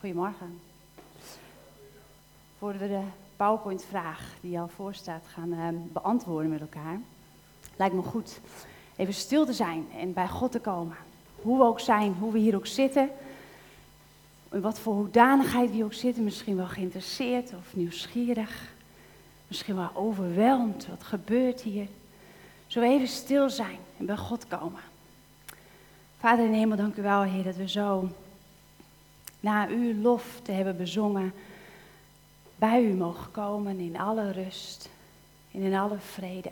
Goedemorgen. Voordat we de PowerPoint-vraag die al voor staat gaan beantwoorden met elkaar, lijkt me goed even stil te zijn en bij God te komen. Hoe we ook zijn, hoe we hier ook zitten, in wat voor hoedanigheid we ook zitten, misschien wel geïnteresseerd of nieuwsgierig, misschien wel overweldigd, wat gebeurt hier. Zullen we even stil zijn en bij God komen. Vader in de hemel, dank u wel, Heer, dat we zo na uw lof te hebben bezongen, bij u mogen komen in alle rust en in alle vrede.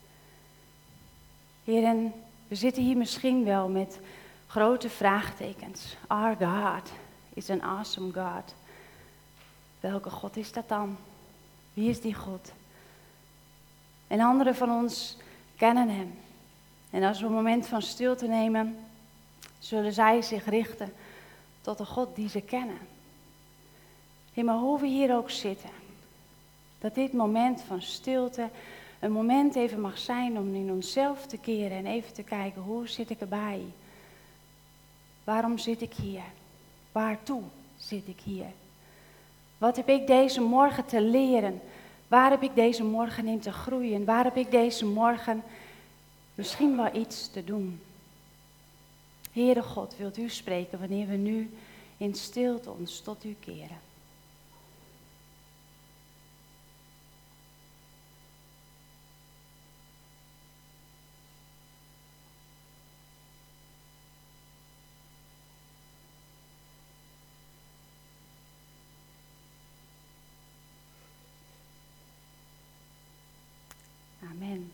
Heer, en we zitten hier misschien wel met grote vraagtekens. Our God is an awesome God. Welke God is dat dan? Wie is die God? En anderen van ons kennen hem. En als we een moment van stilte nemen, zullen zij zich richten tot de God die ze kennen. Heer, maar hoe we hier ook zitten, dat dit moment van stilte een moment even mag zijn om in onszelf te keren en even te kijken, hoe zit ik erbij? Waarom zit ik hier? Waartoe zit ik hier? Wat heb ik deze morgen te leren? Waar heb ik deze morgen in te groeien? Waar heb ik deze morgen misschien wel iets te doen? Heere God, wilt u spreken wanneer we nu in stilte ons tot u keren? Amen.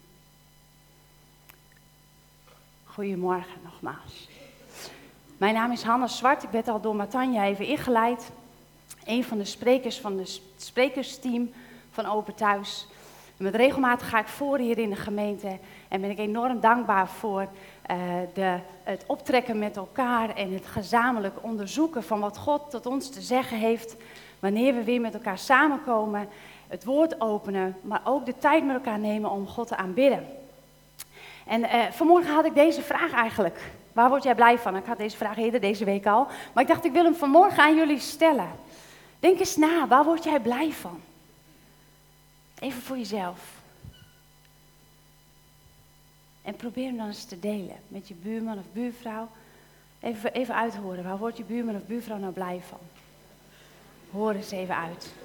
Goedemorgen nogmaals. Mijn naam is Hanna Zwart. Ik werd al door Matanja even ingeleid. Een van de sprekers van het sprekersteam van Open Thuis. En met regelmaat ga ik voor hier in de gemeente. En ben ik enorm dankbaar voor het optrekken met elkaar. En het gezamenlijk onderzoeken van wat God tot ons te zeggen heeft. Wanneer we weer met elkaar samenkomen. Het woord openen. Maar ook de tijd met elkaar nemen om God te aanbidden. En vanmorgen had ik deze vraag eigenlijk. Waar word jij blij van? Ik had deze vraag eerder deze week al. Maar ik dacht, ik wil hem vanmorgen aan jullie stellen. Denk eens na, waar word jij blij van? Even voor jezelf. En probeer hem dan eens te delen met je buurman of buurvrouw. Even uithoren, waar wordt je buurman of buurvrouw nou blij van? Hoor eens even uit.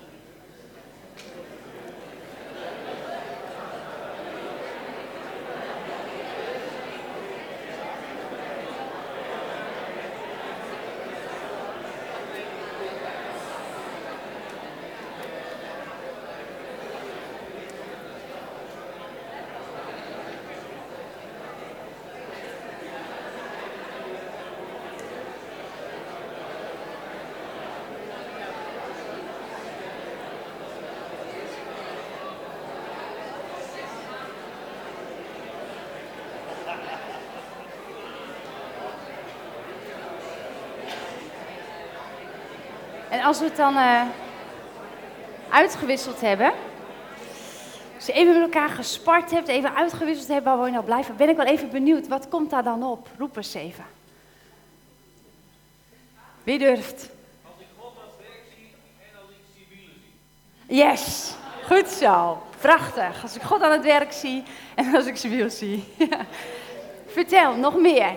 En als we het dan uitgewisseld hebben, als je even met elkaar gespart hebt, even uitgewisseld hebt, waar word je nou blij van? Ben ik wel even benieuwd, wat komt daar dan op? Roep eens even. Wie durft? Als ik God als werk zie en als ik civielen zie. Yes, goed zo. Prachtig. Als ik God aan het werk zie en als ik civiel zie. Vertel, nog meer.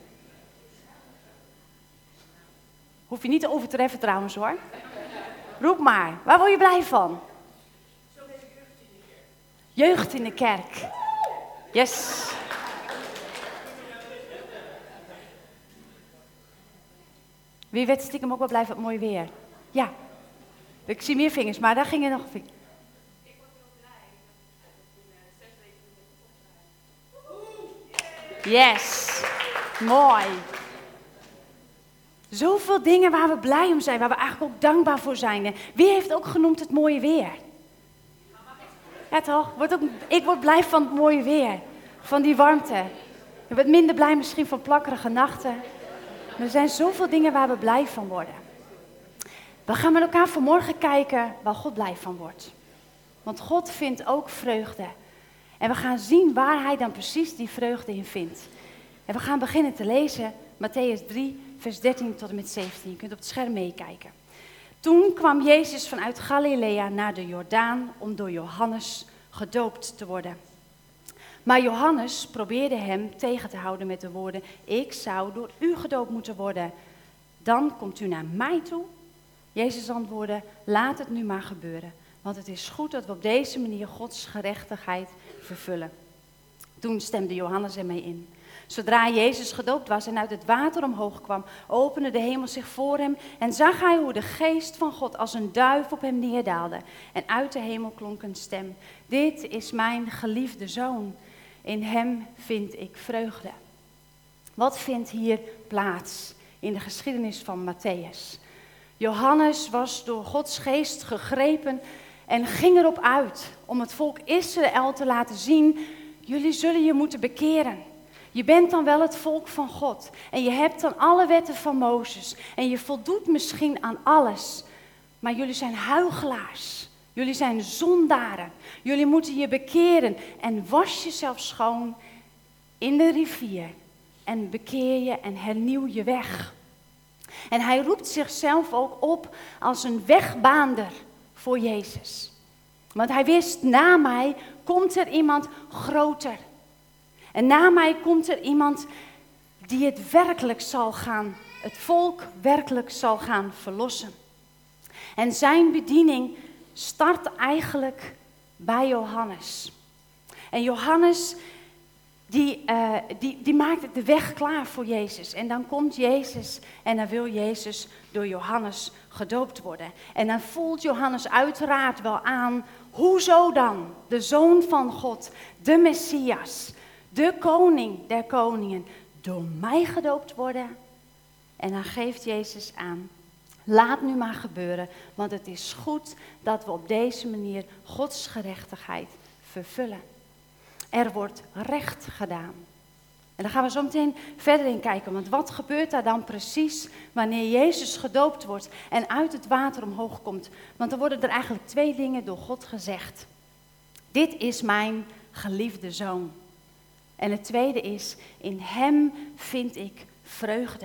Hoef je niet te overtreffen trouwens hoor. Roep maar. Waar word je blij van? Jeugd in de kerk. Yes. Wie werd stiekem ook wel blij van het mooie weer? Ja. Ik zie meer vingers, maar daar ging er nog een vinger. Ik word heel blij dat ik 6 weken met Yes. Mooi. Zoveel dingen waar we blij om zijn, waar we eigenlijk ook dankbaar voor zijn. Wie heeft ook genoemd het mooie weer? Ja toch? Ik word blij van het mooie weer. Van die warmte. Je bent minder blij misschien van plakkerige nachten. Maar er zijn zoveel dingen waar we blij van worden. We gaan met elkaar vanmorgen kijken waar God blij van wordt. Want God vindt ook vreugde. En we gaan zien waar hij dan precies die vreugde in vindt. En we gaan beginnen te lezen Mattheüs 3, vers 13 tot en met 17. Je kunt op het scherm meekijken. Toen kwam Jezus vanuit Galilea naar de Jordaan om door Johannes gedoopt te worden. Maar Johannes probeerde hem tegen te houden met de woorden: ik zou door u gedoopt moeten worden. Dan komt u naar mij toe? Jezus antwoordde: laat het nu maar gebeuren, want het is goed dat we op deze manier Gods gerechtigheid vervullen. Toen stemde Johannes ermee in. Zodra Jezus gedoopt was en uit het water omhoog kwam, opende de hemel zich voor hem en zag hij hoe de geest van God als een duif op hem neerdaalde. En uit de hemel klonk een stem: dit is mijn geliefde zoon, in hem vind ik vreugde. Wat vindt hier plaats in de geschiedenis van Mattheüs? Johannes was door Gods geest gegrepen en ging erop uit om het volk Israël te laten zien: jullie zullen je moeten bekeren. Je bent dan wel het volk van God en je hebt dan alle wetten van Mozes en je voldoet misschien aan alles, maar jullie zijn huichelaars, jullie zijn zondaren, jullie moeten je bekeren en was jezelf schoon in de rivier en bekeer je en hernieuw je weg. En hij roept zichzelf ook op als een wegbaander voor Jezus. Want hij wist, na mij komt er iemand groter. En na mij komt er iemand die het werkelijk zal gaan, het volk werkelijk zal gaan verlossen. En zijn bediening start eigenlijk bij Johannes. En Johannes, die maakt de weg klaar voor Jezus. En dan komt Jezus en dan wil Jezus door Johannes gedoopt worden. En dan voelt Johannes uiteraard wel aan, hoezo dan? De Zoon van God, de Messias, de koning der koningen, door mij gedoopt worden. En dan geeft Jezus aan: laat nu maar gebeuren, want het is goed dat we op deze manier Gods gerechtigheid vervullen. Er wordt recht gedaan. En daar gaan we zo meteen verder in kijken, want wat gebeurt daar dan precies wanneer Jezus gedoopt wordt en uit het water omhoog komt? Want er worden er eigenlijk 2 dingen door God gezegd. Dit is mijn geliefde zoon. En het tweede is, in hem vind ik vreugde.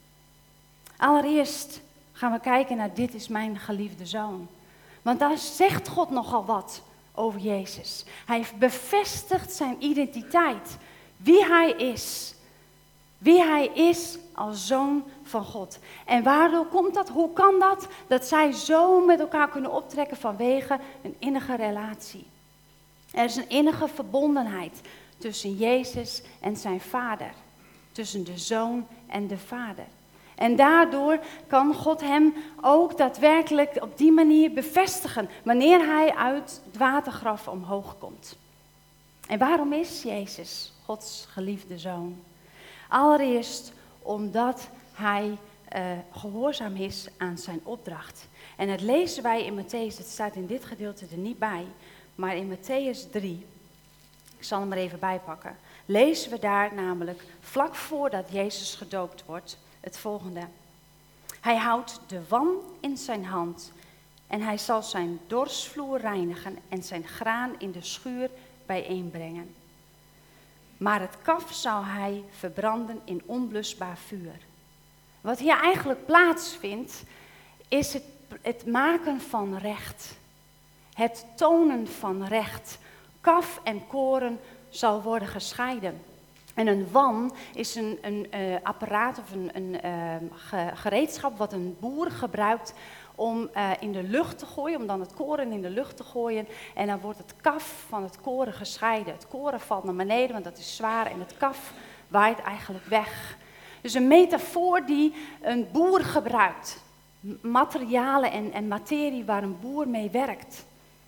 Allereerst gaan we kijken naar dit is mijn geliefde zoon. Want daar zegt God nogal wat over Jezus. Hij bevestigt zijn identiteit. Wie hij is. Wie hij is als zoon van God. En waardoor komt dat? Hoe kan dat? Dat zij zo met elkaar kunnen optrekken vanwege een innige relatie. Er is een innige verbondenheid tussen Jezus en zijn vader. Tussen de zoon en de vader. En daardoor kan God hem ook daadwerkelijk op die manier bevestigen wanneer hij uit het watergraf omhoog komt. En waarom is Jezus Gods geliefde zoon? Allereerst omdat hij gehoorzaam is aan zijn opdracht. En dat lezen wij in Mattheüs, het staat in dit gedeelte er niet bij, maar in Mattheüs 3, ik zal hem er even bij pakken, lezen we daar namelijk vlak voordat Jezus gedoopt wordt het volgende. Hij houdt de wan in zijn hand en hij zal zijn dorsvloer reinigen en zijn graan in de schuur bijeenbrengen. Maar het kaf zal hij verbranden in onblusbaar vuur. Wat hier eigenlijk plaatsvindt, is het maken van recht. Het tonen van recht. Kaf en koren zal worden gescheiden. En een wan is een apparaat of een gereedschap wat een boer gebruikt om in de lucht te gooien, om dan het koren in de lucht te gooien. En dan wordt het kaf van het koren gescheiden. Het koren valt naar beneden, want dat is zwaar, en het kaf waait eigenlijk weg. Dus een metafoor die een boer gebruikt. Materialen en materie waar een boer mee werkt.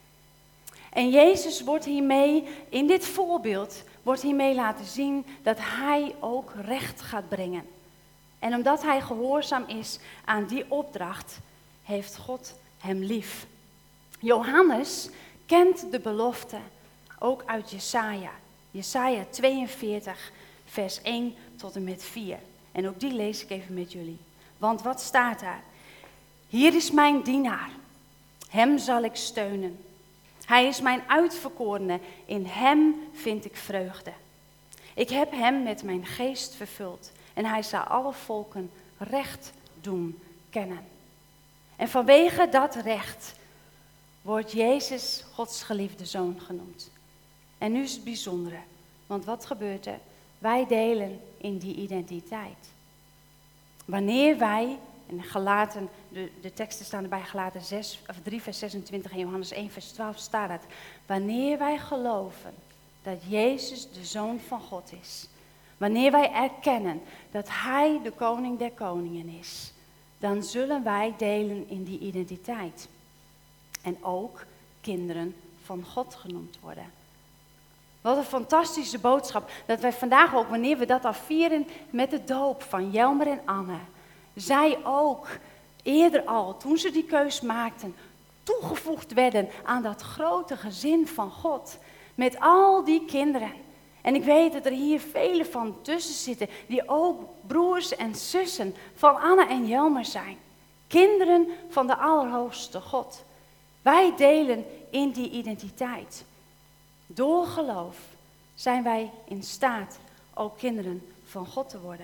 En Jezus wordt hiermee, in dit voorbeeld, wordt hiermee laten zien dat hij ook recht gaat brengen. En omdat hij gehoorzaam is aan die opdracht, heeft God hem lief. Johannes kent de belofte ook uit Jesaja. Jesaja 42, vers 1 tot en met 4. En ook die lees ik even met jullie. Want wat staat daar? Hier is mijn dienaar. Hem zal ik steunen. Hij is mijn uitverkorene. In hem vind ik vreugde. Ik heb hem met mijn geest vervuld. En hij zal alle volken recht doen kennen. En vanwege dat recht wordt Jezus Gods geliefde zoon genoemd. En nu is het bijzondere, want wat gebeurt er? Wij delen in die identiteit. Wanneer wij, en Galaten, de teksten staan erbij, Galaten 3 vers 26 en Johannes 1 vers 12 staat het. Wanneer wij geloven dat Jezus de Zoon van God is, wanneer wij erkennen dat Hij de Koning der Koningen is, dan zullen wij delen in die identiteit. En ook kinderen van God genoemd worden. Wat een fantastische boodschap. Dat wij vandaag ook, wanneer we dat al vieren met de doop van Jelmer en Anne. Zij ook eerder al, toen ze die keus maakten, toegevoegd werden aan dat grote gezin van God. Met al die kinderen. En ik weet dat er hier vele van tussen zitten die ook broers en zussen van Anne en Jelmer zijn. Kinderen van de Allerhoogste God. Wij delen in die identiteit. Door geloof zijn wij in staat ook kinderen van God te worden.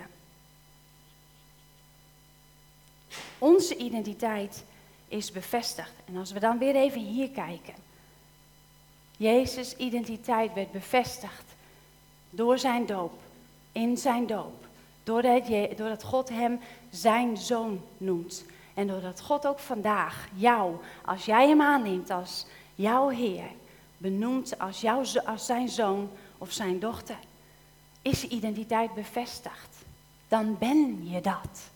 Onze identiteit is bevestigd. En als we dan weer even hier kijken. Jezus' identiteit werd bevestigd door zijn doop, in zijn doop. Doordat God hem zijn zoon noemt. En doordat God ook vandaag jou, als jij hem aanneemt als jouw Heer, benoemt als zijn zoon of zijn dochter, is je identiteit bevestigd. Dan ben je dat.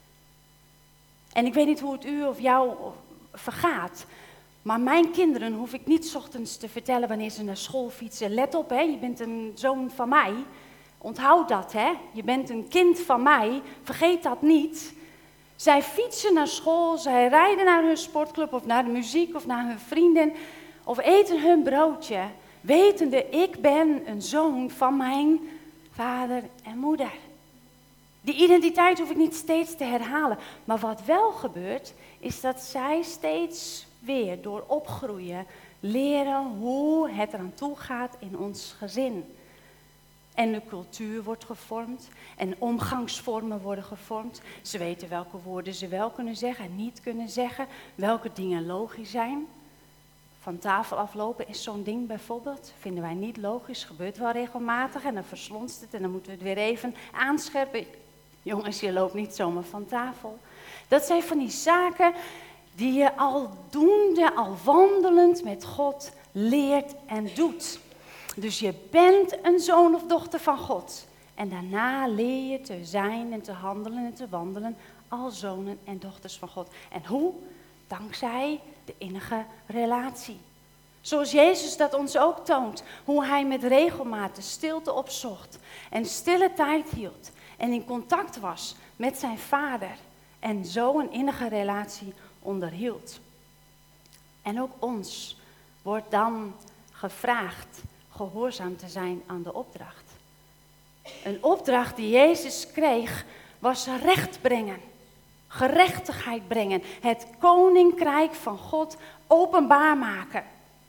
En ik weet niet hoe het u of jou vergaat. Maar mijn kinderen hoef ik niet 's ochtends te vertellen wanneer ze naar school fietsen. Let op, hè, je bent een zoon van mij. Onthoud dat, hè. Je bent een kind van mij. Vergeet dat niet. Zij fietsen naar school, zij rijden naar hun sportclub of naar de muziek of naar hun vrienden. Of eten hun broodje, wetende ik ben een zoon van mijn vader en moeder. Die identiteit hoef ik niet steeds te herhalen. Maar wat wel gebeurt, is dat zij steeds weer door opgroeien leren hoe het eraan toe gaat in ons gezin. En de cultuur wordt gevormd en omgangsvormen worden gevormd. Ze weten welke woorden ze wel kunnen zeggen en niet kunnen zeggen, welke dingen logisch zijn. Van tafel aflopen is zo'n ding bijvoorbeeld. Vinden wij niet logisch, gebeurt wel regelmatig en dan verslonst het en dan moeten we het weer even aanscherpen. Jongens, je loopt niet zomaar van tafel. Dat zijn van die zaken die je al wandelend met God leert en doet. Dus je bent een zoon of dochter van God. En daarna leer je te zijn en te handelen en te wandelen als zonen en dochters van God. En hoe? Dankzij de innige relatie. Zoals Jezus dat ons ook toont. Hoe hij met regelmaat de stilte opzocht. En stille tijd hield. En in contact was met zijn vader. En zo een innige relatie onderhield. En ook ons wordt dan gevraagd gehoorzaam te zijn aan de opdracht. Een opdracht die Jezus kreeg was recht brengen. Gerechtigheid brengen. Het koninkrijk van God openbaar maken.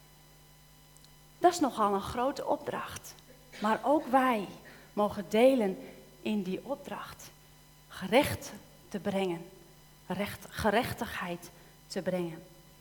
Dat is nogal een grote opdracht. Maar ook wij mogen delen in die opdracht. Gerecht te brengen. Gerechtigheid te brengen.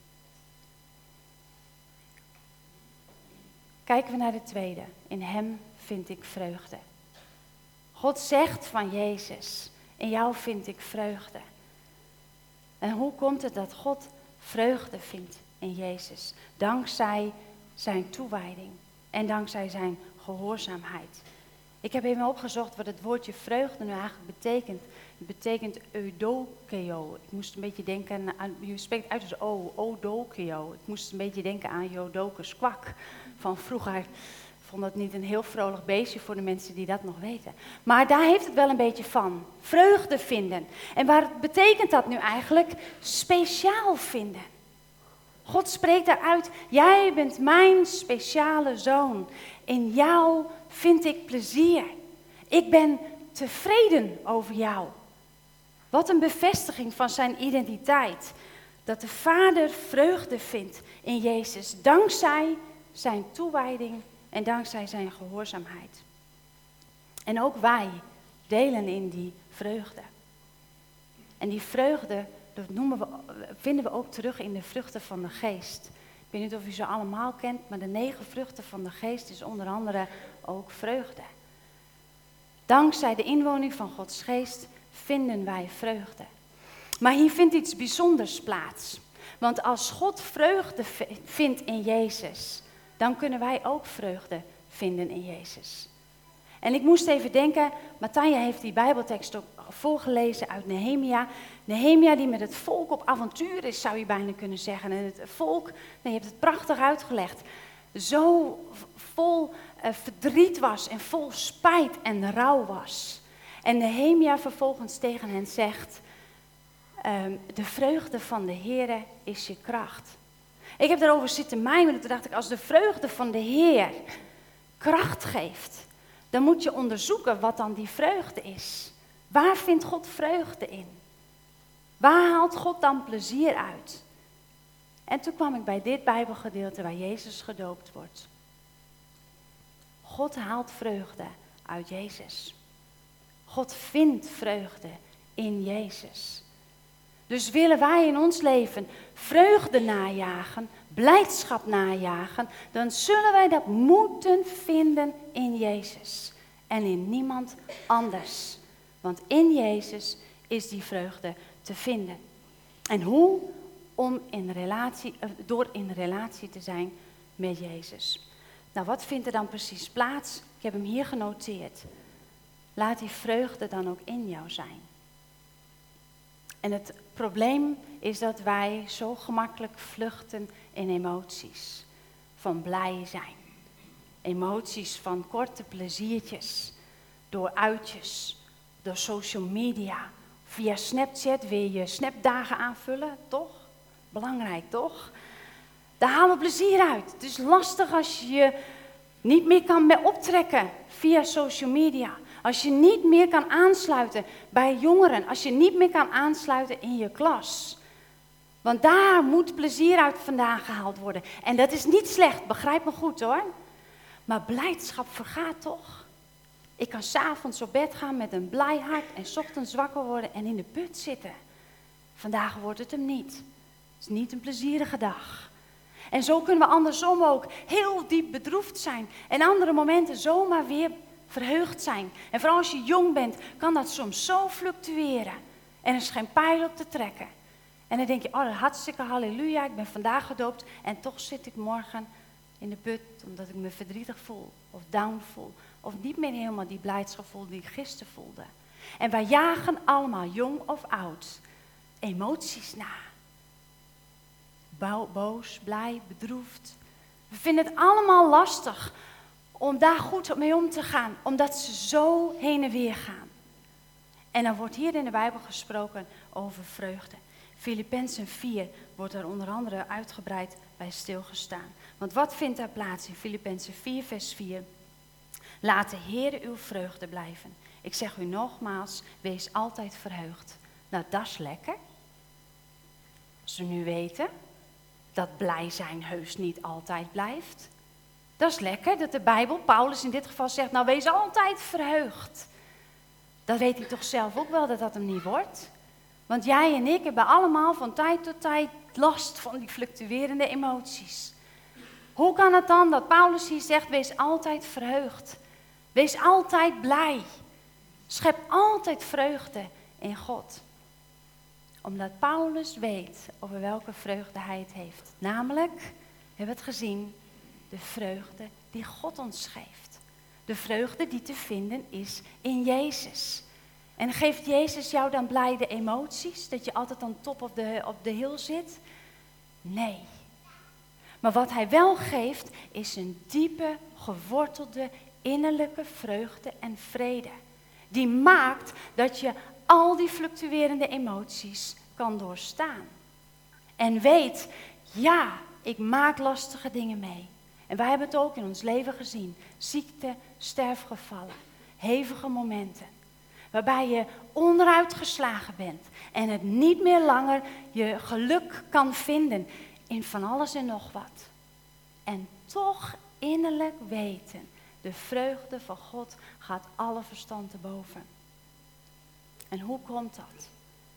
Kijken we naar de tweede. In hem vind ik vreugde. God zegt van Jezus, in jou vind ik vreugde. En hoe komt het dat God vreugde vindt in Jezus? Dankzij zijn toewijding en dankzij zijn gehoorzaamheid. Ik heb even opgezocht wat het woordje vreugde nu eigenlijk betekent. Het betekent eudokeo. Ik moest een beetje denken aan, je spreekt uit als eudokeo. Ik moest een beetje denken aan Jodocus kwak van vroeger. Ik vond dat niet een heel vrolijk beestje voor de mensen die dat nog weten. Maar daar heeft het wel een beetje van. Vreugde vinden. En wat betekent dat nu eigenlijk? Speciaal vinden. God spreekt daaruit, jij bent mijn speciale zoon. In jou vind ik plezier. Ik ben tevreden over jou. Wat een bevestiging van zijn identiteit. Dat de Vader vreugde vindt in Jezus. Dankzij zijn toewijding en dankzij zijn gehoorzaamheid. En ook wij delen in die vreugde. En die vreugde dat vinden we ook terug in de vruchten van de geest. Ik weet niet of u ze allemaal kent, maar de 9 vruchten van de geest is onder andere ook vreugde. Dankzij de inwoning van Gods geest vinden wij vreugde. Maar hier vindt iets bijzonders plaats. Want als God vreugde vindt in Jezus, dan kunnen wij ook vreugde vinden in Jezus. En ik moest even denken, Matthija heeft die Bijbeltekst ook voorgelezen uit Nehemia. Nehemia die met het volk op avontuur is, zou je bijna kunnen zeggen. En het volk, je hebt het prachtig uitgelegd, zo vol verdriet was en vol spijt en rouw was. En Nehemia vervolgens tegen hen zegt, de vreugde van de Heere is je kracht. Ik heb daarover zitten mijmeren, toen dacht ik, als de vreugde van de Heer kracht geeft, dan moet je onderzoeken wat dan die vreugde is. Waar vindt God vreugde in? Waar haalt God dan plezier uit? En toen kwam ik bij dit Bijbelgedeelte waar Jezus gedoopt wordt. God haalt vreugde uit Jezus. God vindt vreugde in Jezus. Dus willen wij in ons leven vreugde najagen, blijdschap najagen, dan zullen wij dat moeten vinden in Jezus en in niemand anders. Want in Jezus is die vreugde te vinden. En hoe? Door in relatie te zijn met Jezus. Nou, wat vindt er dan precies plaats? Ik heb hem hier genoteerd. Laat die vreugde dan ook in jou zijn. En het probleem is dat wij zo gemakkelijk vluchten in emoties. Van blij zijn. Emoties van korte pleziertjes. Door uitjes. Door social media. Via Snapchat wil je snapdagen aanvullen, toch? Belangrijk, toch? Daar halen we plezier uit. Het is lastig als je niet meer kan optrekken via social media. Als je niet meer kan aansluiten bij jongeren. Als je niet meer kan aansluiten in je klas. Want daar moet plezier uit vandaan gehaald worden. En dat is niet slecht, begrijp me goed hoor. Maar blijdschap vergaat toch? Ik kan 's avonds op bed gaan met een blij hart en 's ochtends wakker worden en in de put zitten. Vandaag wordt het hem niet. Het is niet een plezierige dag. En zo kunnen we andersom ook heel diep bedroefd zijn. En andere momenten zomaar weer verheugd zijn. En vooral als je jong bent, kan dat soms zo fluctueren. En er is geen pijl op te trekken. En dan denk je, oh, hartstikke halleluja, ik ben vandaag gedoopt. En toch zit ik morgen in de put, omdat ik me verdrietig voel. Of down voel. Of niet meer helemaal die blijdschap voel die ik gisteren voelde. En wij jagen allemaal, jong of oud, emoties na. Boos, blij, bedroefd. We vinden het allemaal lastig om daar goed mee om te gaan, omdat ze zo heen en weer gaan. En dan wordt hier in de Bijbel gesproken over vreugde. Filippenzen 4 wordt er onder andere uitgebreid bij stilgestaan. Want wat vindt daar plaats in Filippenzen 4 vers 4? Laat de Heer uw vreugde blijven. Ik zeg u nogmaals, wees altijd verheugd. Nou, dat is lekker. Als we nu weten dat blij zijn heus niet altijd blijft. Dat is lekker dat de Bijbel, Paulus in dit geval zegt, nou wees altijd verheugd. Dat weet hij toch zelf ook wel dat dat hem niet wordt. Want jij en ik hebben allemaal van tijd tot tijd last van die fluctuerende emoties. Hoe kan het dan dat Paulus hier zegt, wees altijd verheugd. Wees altijd blij. Schep altijd vreugde in God. Omdat Paulus weet over welke vreugde hij het heeft. Namelijk, we hebben het gezien, de vreugde die God ons geeft. De vreugde die te vinden is in Jezus. En geeft Jezus jou dan blijde emoties? Dat je altijd aan top op de hill zit? Nee. Maar wat hij wel geeft, is een diepe, gewortelde, innerlijke vreugde en vrede. Die maakt dat je al die fluctuerende emoties kan doorstaan. En weet, ja, ik maak lastige dingen mee. En wij hebben het ook in ons leven gezien. Ziekte, sterfgevallen, hevige momenten. Waarbij je onderuit geslagen bent. En het niet meer langer je geluk kan vinden in van alles en nog wat. En toch innerlijk weten, de vreugde van God gaat alle verstand te boven. En hoe komt dat?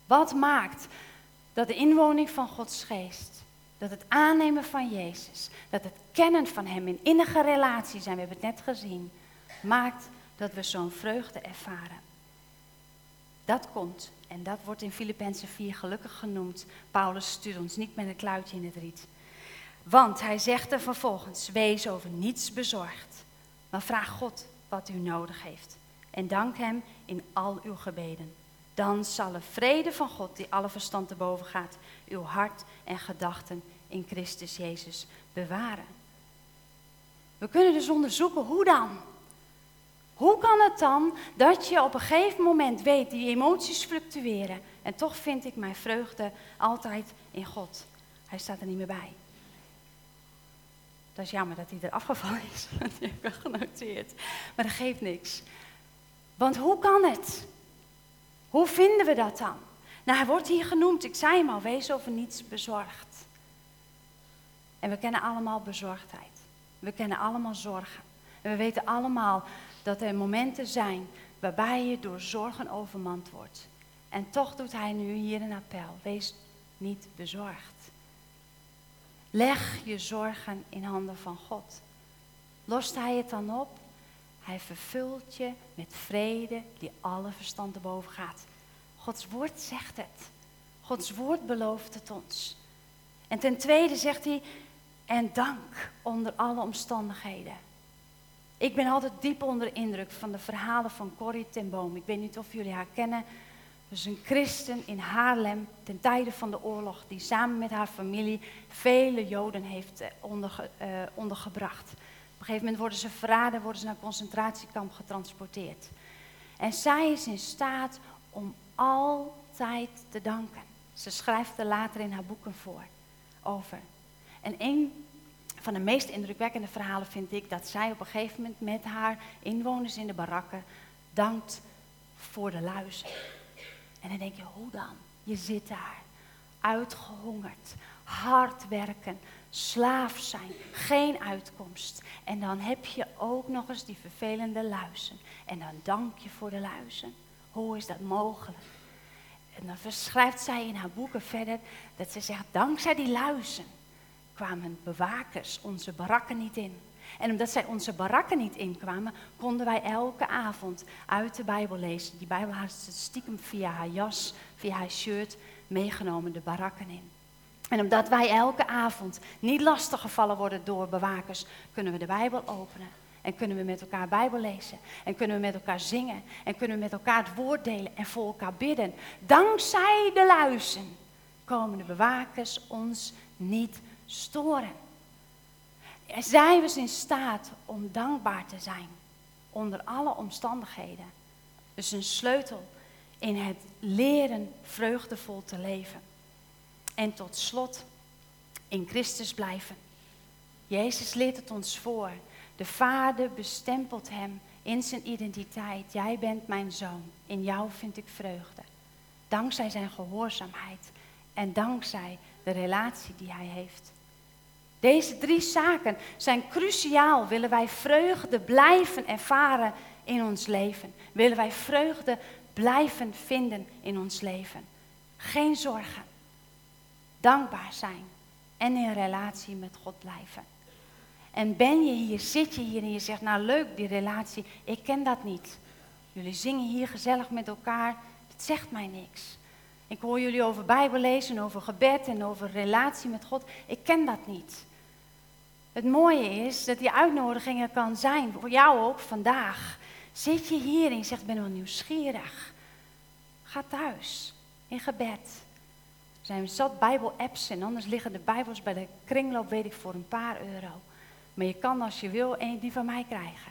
Wat maakt dat de inwoning van Gods geest, dat het aannemen van Jezus, dat het kennen van Hem in innige relatie zijn, we hebben het net gezien, maakt dat we zo'n vreugde ervaren. Dat komt, en dat wordt in Filippenzen 4 gelukkig genoemd. Paulus stuurt ons niet met een kluitje in het riet. Want hij zegt er vervolgens, wees over niets bezorgd, maar vraag God wat u nodig heeft. En dank Hem in al uw gebeden. Dan zal de vrede van God, die alle verstand te boven gaat, uw hart en gedachten in Christus Jezus bewaren. We kunnen dus onderzoeken, hoe dan? Hoe kan het dan dat je op een gegeven moment weet, die emoties fluctueren, en toch vind ik mijn vreugde altijd in God. Hij staat er niet meer bij. Dat is jammer dat hij er afgevallen is, want die heb ik wel genoteerd. Maar dat geeft niks. Want hoe kan het? Hoe vinden we dat dan? Nou, hij wordt hier genoemd, ik zei hem al, wees over niets bezorgd. En we kennen allemaal bezorgdheid. We kennen allemaal zorgen. En we weten allemaal dat er momenten zijn waarbij je door zorgen overmand wordt. En toch doet hij nu hier een appel. Wees niet bezorgd. Leg je zorgen in handen van God. Lost hij het dan op? Hij vervult je met vrede die alle verstand te boven gaat. Gods woord zegt het. Gods woord belooft het ons. En ten tweede zegt hij, en dank onder alle omstandigheden. Ik ben altijd diep onder de indruk van de verhalen van Corrie ten Boom. Ik weet niet of jullie haar kennen. Dus een christen in Haarlem ten tijde van de oorlog, die samen met haar familie vele Joden heeft ondergebracht. Op een gegeven moment worden ze verraden, worden ze naar een concentratiekamp getransporteerd. En zij is in staat om altijd te danken. Ze schrijft er later in haar boeken over. En een van de meest indrukwekkende verhalen vind ik dat zij op een gegeven moment met haar inwoners in de barakken dankt voor de luizen. En dan denk je, hoe dan? Je zit daar, uitgehongerd, hard werken, slaaf zijn, geen uitkomst. En dan heb je ook nog eens die vervelende luizen. En dan dank je voor de luizen. Hoe is dat mogelijk? En dan schrijft zij in haar boeken verder dat ze zegt, dankzij die luizen kwamen bewakers onze barakken niet in. En omdat zij onze barakken niet inkwamen, konden wij elke avond uit de Bijbel lezen. Die Bijbel had ze stiekem via haar jas, via haar shirt meegenomen de barakken in. En omdat wij elke avond niet lastiggevallen worden door bewakers, kunnen we de Bijbel openen. En kunnen we met elkaar Bijbel lezen. En kunnen we met elkaar zingen. En kunnen we met elkaar het woord delen en voor elkaar bidden. Dankzij de luizen komen de bewakers ons niet storen. Zij was in staat om dankbaar te zijn onder alle omstandigheden. Dus een sleutel in het leren vreugdevol te leven. En tot slot in Christus blijven. Jezus leert het ons voor. De Vader bestempelt hem in zijn identiteit. Jij bent mijn zoon. In jou vind ik vreugde. Dankzij zijn gehoorzaamheid en dankzij de relatie die hij heeft. Deze 3 zaken zijn cruciaal. Willen wij vreugde blijven ervaren in ons leven? Willen wij vreugde blijven vinden in ons leven? Geen zorgen. Dankbaar zijn. En in relatie met God blijven. En ben je hier, zit je hier en je zegt, nou leuk die relatie, ik ken dat niet. Jullie zingen hier gezellig met elkaar, het zegt mij niks. Ik hoor jullie over Bijbel lezen, over gebed en over relatie met God. Ik ken dat niet. Het mooie is dat die uitnodigingen kan zijn, voor jou ook vandaag. Zit je hier en je zegt, ik ben wel nieuwsgierig. Ga thuis, in gebed. Er zijn zat Bijbel-apps en anders liggen de Bijbels bij de kringloop, weet ik, voor een paar euro. Maar je kan als je wil die van mij krijgen.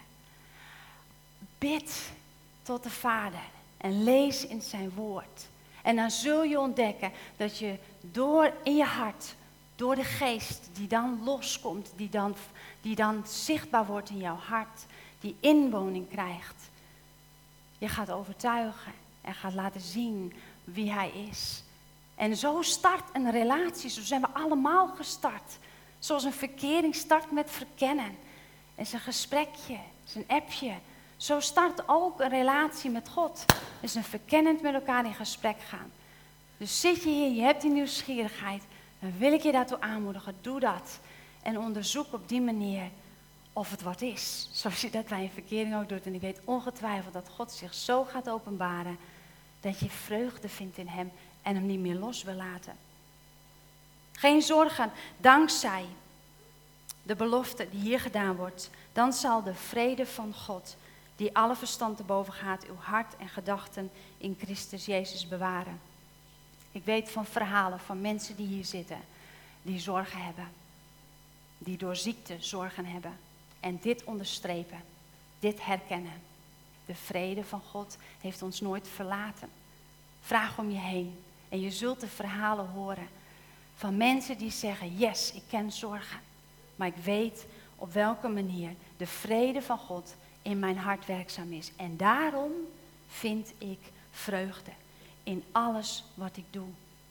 Bid tot de Vader en lees in zijn woord. En dan zul je ontdekken dat je door in je hart, door de geest die dan loskomt, die dan zichtbaar wordt in jouw hart, die inwoning krijgt. Je gaat overtuigen en gaat laten zien wie hij is. En zo start een relatie, zo zijn we allemaal gestart. Zoals een verkering start met verkennen. En zijn gesprekje, zijn appje. Zo start ook een relatie met God. Dus een verkennend met elkaar in gesprek gaan. Dus zit je hier, je hebt die nieuwsgierigheid, dan wil ik je daartoe aanmoedigen. Doe dat. En onderzoek op die manier of het wat is. Zoals je dat bij een verkering ook doet. En ik weet ongetwijfeld dat God zich zo gaat openbaren dat je vreugde vindt in hem en hem niet meer los wil laten. Geen zorgen, dankzij de belofte die hier gedaan wordt, dan zal de vrede van God, die alle verstand te boven gaat, uw hart en gedachten in Christus Jezus bewaren. Ik weet van verhalen van mensen die hier zitten, die zorgen hebben, die door ziekte zorgen hebben. En dit onderstrepen, dit herkennen. De vrede van God heeft ons nooit verlaten. Vraag om je heen en je zult de verhalen horen van mensen die zeggen, yes, ik ken zorgen. Maar ik weet op welke manier de vrede van God in mijn hart werkzaam is. En daarom vind ik vreugde in alles wat ik doe.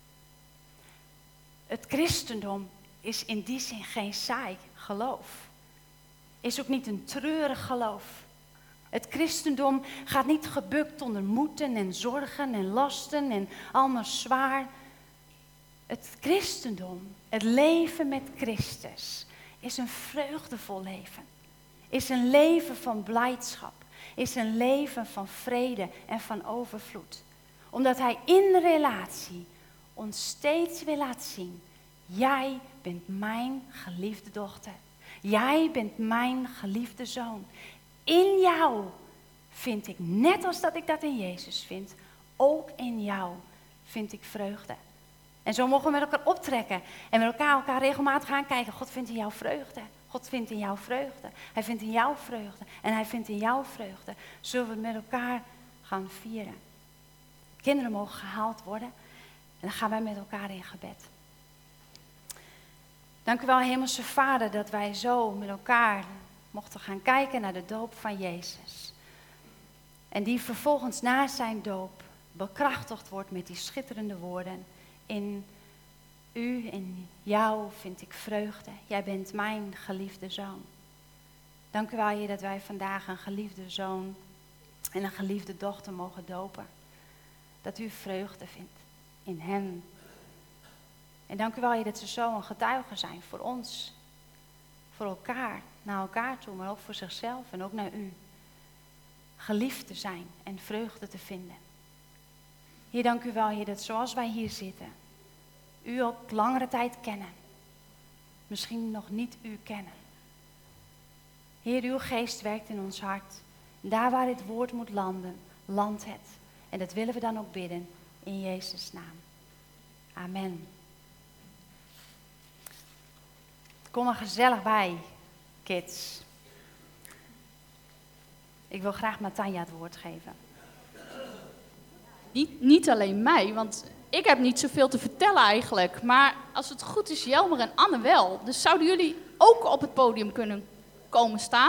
Het christendom is in die zin geen saai geloof. Is ook niet een treurig geloof. Het christendom gaat niet gebukt onder moeten en zorgen en lasten en allemaal zwaar. Het christendom, het leven met Christus, is een vreugdevol leven. Is een leven van blijdschap. Is een leven van vrede en van overvloed. Omdat hij in de relatie ons steeds wil laten zien. Jij bent mijn geliefde dochter. Jij bent mijn geliefde zoon. In jou vind ik, net als dat ik dat in Jezus vind, ook in jou vind ik vreugde. En zo mogen we met elkaar optrekken en met elkaar regelmatig gaan kijken. God vindt in jou vreugde. God vindt in jou vreugde. Hij vindt in jou vreugde. En hij vindt in jou vreugde. Zullen we het met elkaar gaan vieren. Kinderen mogen gehaald worden. En dan gaan wij met elkaar in gebed. Dank u wel, Hemelse Vader, dat wij zo met elkaar mochten gaan kijken naar de doop van Jezus. En die vervolgens na zijn doop bekrachtigd wordt met die schitterende woorden. In u, in jou vind ik vreugde. Jij bent mijn geliefde zoon. Dank u wel, Heer, dat wij vandaag een geliefde zoon en een geliefde dochter mogen dopen. Dat u vreugde vindt in hen. En dank u wel, Heer, dat ze zo een getuige zijn voor ons. Voor elkaar, naar elkaar toe, maar ook voor zichzelf en ook naar u. Geliefd te zijn en vreugde te vinden. Heer, dank u wel, Heer, dat zoals wij hier zitten, u ook langere tijd kennen. Misschien nog niet u kennen. Heer, uw geest werkt in ons hart. Daar waar het woord moet landen, landt het. En dat willen we dan ook bidden in Jezus' naam. Amen. Kom er gezellig bij, kids. Ik wil graag Matanja het woord geven. Niet alleen mij, want ik heb niet zoveel te vertellen eigenlijk. Maar als het goed is, Jelmer en Anne wel. Dus zouden jullie ook op het podium kunnen komen staan?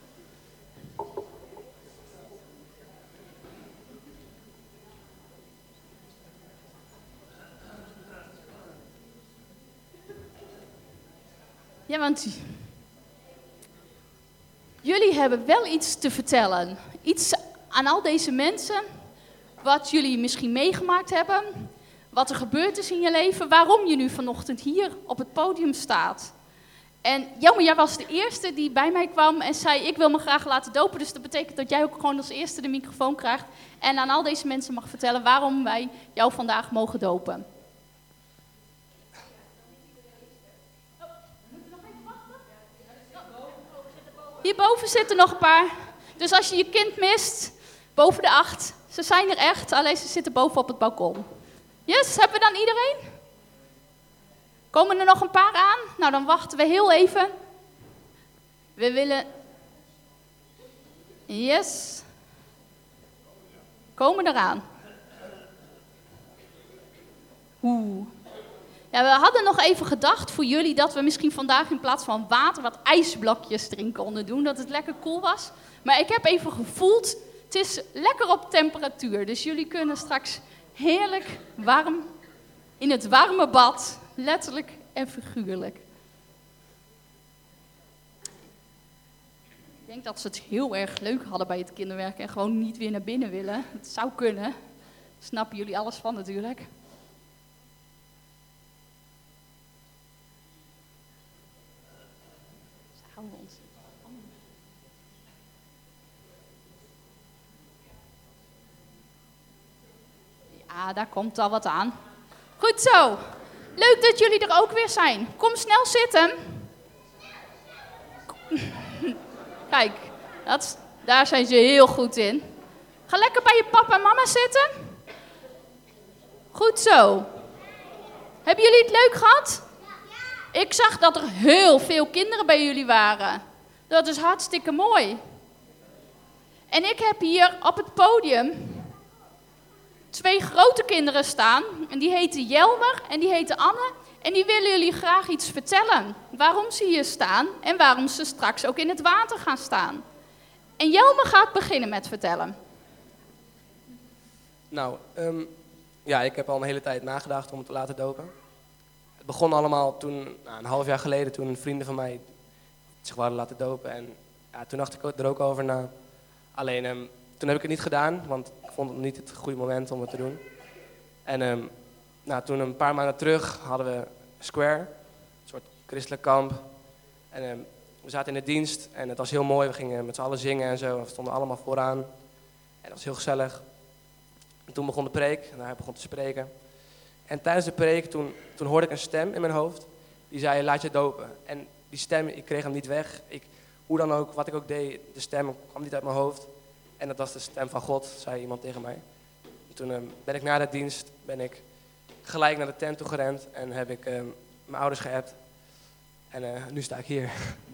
Ja, want jullie hebben wel iets te vertellen. Iets aan al deze mensen, wat jullie misschien meegemaakt hebben, wat er gebeurd is in je leven, waarom je nu vanochtend hier op het podium staat. En Jelmer, jij was de eerste die bij mij kwam en zei, ik wil me graag laten dopen. Dus dat betekent dat jij ook gewoon als eerste de microfoon krijgt en aan al deze mensen mag vertellen waarom wij jou vandaag mogen dopen. Hierboven zitten nog een paar. Dus als je je kind mist, boven de 8. Ze zijn er echt, alleen ze zitten boven op het balkon. Yes, hebben we dan iedereen? Komen er nog een paar aan? Nou, dan wachten we heel even. We willen... Yes. Komen eraan. Ja, we hadden nog even gedacht voor jullie dat we misschien vandaag in plaats van water wat ijsblokjes erin konden doen. Dat het lekker koel was. Maar ik heb even gevoeld, het is lekker op temperatuur. Dus jullie kunnen straks heerlijk warm in het warme bad. Letterlijk en figuurlijk. Ik denk dat ze het heel erg leuk hadden bij het kinderwerk en gewoon niet weer naar binnen willen. Het zou kunnen. Snappen jullie alles van natuurlijk. Ja, daar komt al wat aan. Goed zo. Leuk dat jullie er ook weer zijn. Kom snel zitten. Kijk, daar zijn ze heel goed in. Ga lekker bij je papa en mama zitten. Goed zo. Hebben jullie het leuk gehad? Ik zag dat er heel veel kinderen bij jullie waren. Dat is hartstikke mooi. En ik heb hier op het podium 2 grote kinderen staan. En die heten Jelmer en die heten Anne. En die willen jullie graag iets vertellen. Waarom ze hier staan en waarom ze straks ook in het water gaan staan. En Jelmer gaat beginnen met vertellen. Nou, ja, ik heb al een hele tijd nagedacht om het te laten dopen. Het begon allemaal toen, een half jaar geleden, toen vrienden van mij zich wilden laten dopen. En ja, toen dacht ik er ook over na. Alleen, toen heb ik het niet gedaan, want ik vond het niet het goede moment om het te doen. En toen een paar maanden terug hadden we Square, een soort christelijk kamp. En we zaten in de dienst en het was heel mooi. We gingen met z'n allen zingen en zo. We stonden allemaal vooraan. En dat was heel gezellig. En toen begon de preek en hij begon te spreken. En tijdens de preek, toen hoorde ik een stem in mijn hoofd. Die zei, laat je dopen. En die stem, ik kreeg hem niet weg. Hoe dan ook, wat ik ook deed, de stem kwam niet uit mijn hoofd. En dat was de stem van God, zei iemand tegen mij. En toen ben ik na de dienst gelijk naar de tent toe gerend. En heb ik mijn ouders geappt. En nu sta ik hier.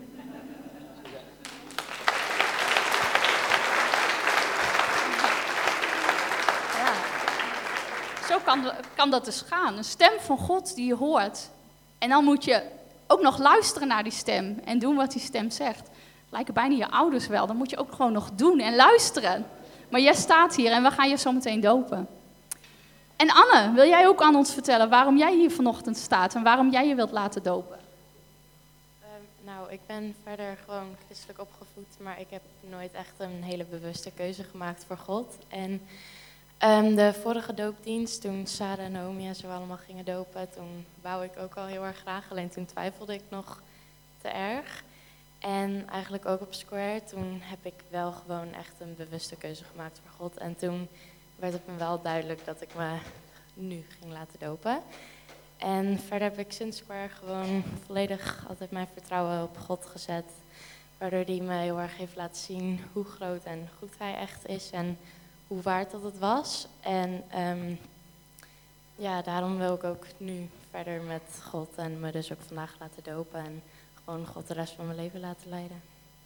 Zo kan dat dus gaan. Een stem van God die je hoort. En dan moet je ook nog luisteren naar die stem en doen wat die stem zegt. Lijken bijna je ouders wel. Dan moet je ook gewoon nog doen en luisteren. Maar jij staat hier en we gaan je zo meteen dopen. En Anne, wil jij ook aan ons vertellen waarom jij hier vanochtend staat en waarom jij je wilt laten dopen? Nou, ik ben verder gewoon christelijk opgevoed, maar ik heb nooit echt een hele bewuste keuze gemaakt voor God. En de vorige doopdienst, toen Sarah en Naomi en zo allemaal gingen dopen, toen wou ik ook al heel erg graag, alleen toen twijfelde ik nog te erg. En eigenlijk ook op Square, toen heb ik wel gewoon echt een bewuste keuze gemaakt voor God. En toen werd het me wel duidelijk dat ik me nu ging laten dopen. En verder heb ik sinds Square gewoon volledig altijd mijn vertrouwen op God gezet. Waardoor hij me heel erg heeft laten zien hoe groot en goed hij echt is en hoe waard dat het was. En ja, daarom wil ik ook nu verder met God en me dus ook vandaag laten dopen. En gewoon God de rest van mijn leven laten leiden.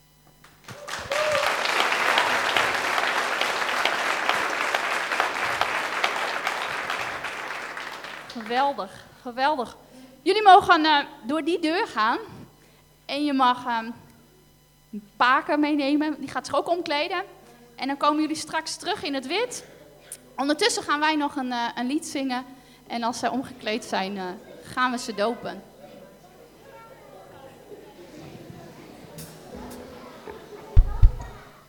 Geweldig, geweldig. Jullie mogen door die deur gaan. En je mag een paken meenemen. Die gaat zich ook omkleden. En dan komen jullie straks terug in het wit. Ondertussen gaan wij nog een lied zingen. En als zij omgekleed zijn, gaan we ze dopen.